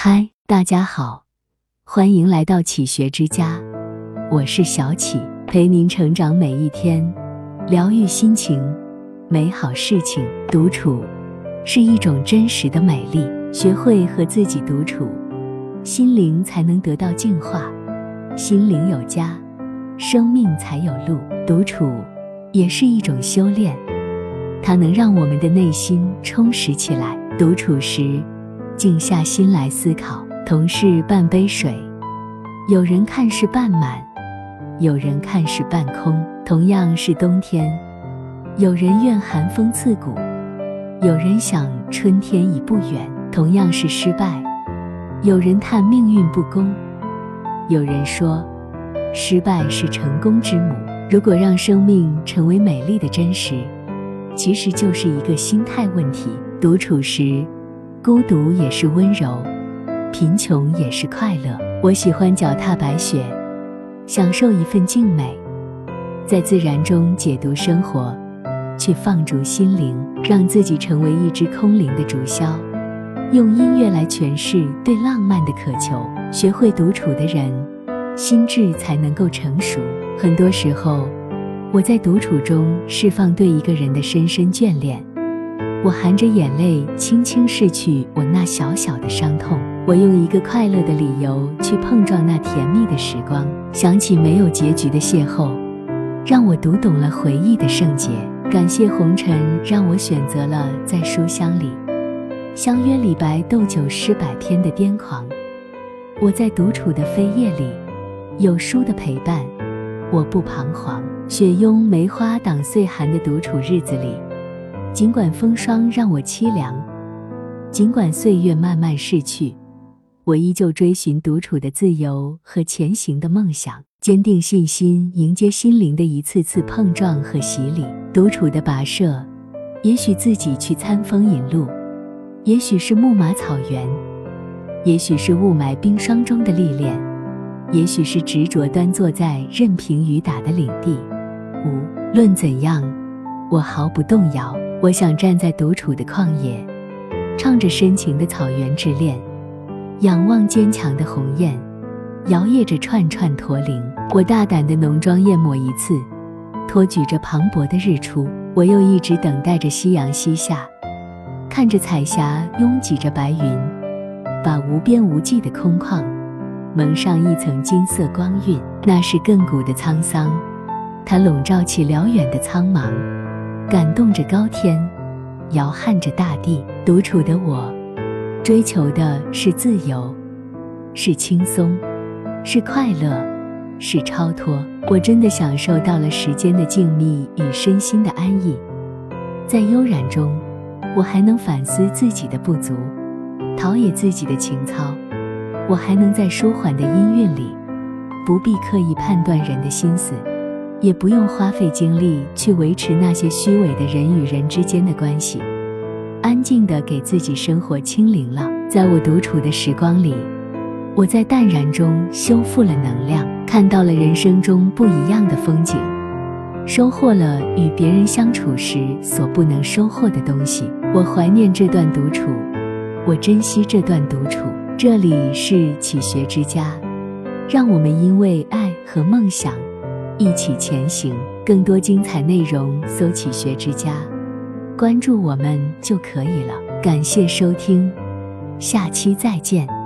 嗨，大家好，欢迎来到启学之家，我是小启，陪您成长每一天，疗愈心情，美好事情。独处是一种真实的美丽，学会和自己独处，心灵才能得到净化。心灵有家，生命才有路。独处也是一种修炼，它能让我们的内心充实起来。独处时，静下心来思考。同是半杯水，有人看是半满，有人看是半空。同样是冬天，有人怨寒风刺骨，有人想春天已不远。同样是失败，有人叹命运不公，有人说失败是成功之母。如果让生命成为美丽的真实，其实就是一个心态问题。独处时，孤独也是温柔，贫穷也是快乐。我喜欢脚踏白雪，享受一份静美，在自然中解读生活，去放逐心灵，让自己成为一只空灵的竹箫，用音乐来诠释对浪漫的渴求。学会独处的人，心智才能够成熟。很多时候，我在独处中释放对一个人的深深眷恋，我含着眼泪轻轻拭去我那小小的伤痛，我用一个快乐的理由去碰撞那甜蜜的时光。想起没有结局的邂逅，让我读懂了回忆的圣洁。感谢红尘，让我选择了在书香里相约李白斗酒诗百篇的癫狂。我在独处的飞夜里，有书的陪伴，我不彷徨。雪拥梅花挡岁寒的独处日子里，尽管风霜让我凄凉，尽管岁月慢慢逝去，我依旧追寻独处的自由和前行的梦想，坚定信心，迎接心灵的一次次碰撞和洗礼。独处的跋涉，也许自己去餐风饮露，也许是牧马草原，也许是雾霾冰霜中的历练，也许是执着端坐在任凭雨打的领地。无论怎样，我毫不动摇。我想站在独处的旷野，唱着深情的草原之恋，仰望坚强的鸿雁，摇曳着串串驼铃。我大胆地浓妆艳抹一次，托举着磅礴的日出。我又一直等待着夕阳西下，看着彩霞拥挤着白云，把无边无际的空旷蒙上一层金色光晕。那是亘古的沧桑，它笼罩起辽远的苍茫，感动着高天，摇撼着大地。独处的我，追求的是自由，是轻松，是快乐，是超脱。我真的享受到了时间的静谧与身心的安逸。在悠然中，我还能反思自己的不足，陶冶自己的情操。我还能在舒缓的音韵里，不必刻意判断人的心思，也不用花费精力去维持那些虚伪的人与人之间的关系，安静地给自己生活清零了。在我独处的时光里，我在淡然中修复了能量，看到了人生中不一样的风景，收获了与别人相处时所不能收获的东西。我怀念这段独处，我珍惜这段独处。这里是启学之家，让我们因为爱和梦想一起前行。更多精彩内容搜启学之家，关注我们就可以了。感谢收听，下期再见。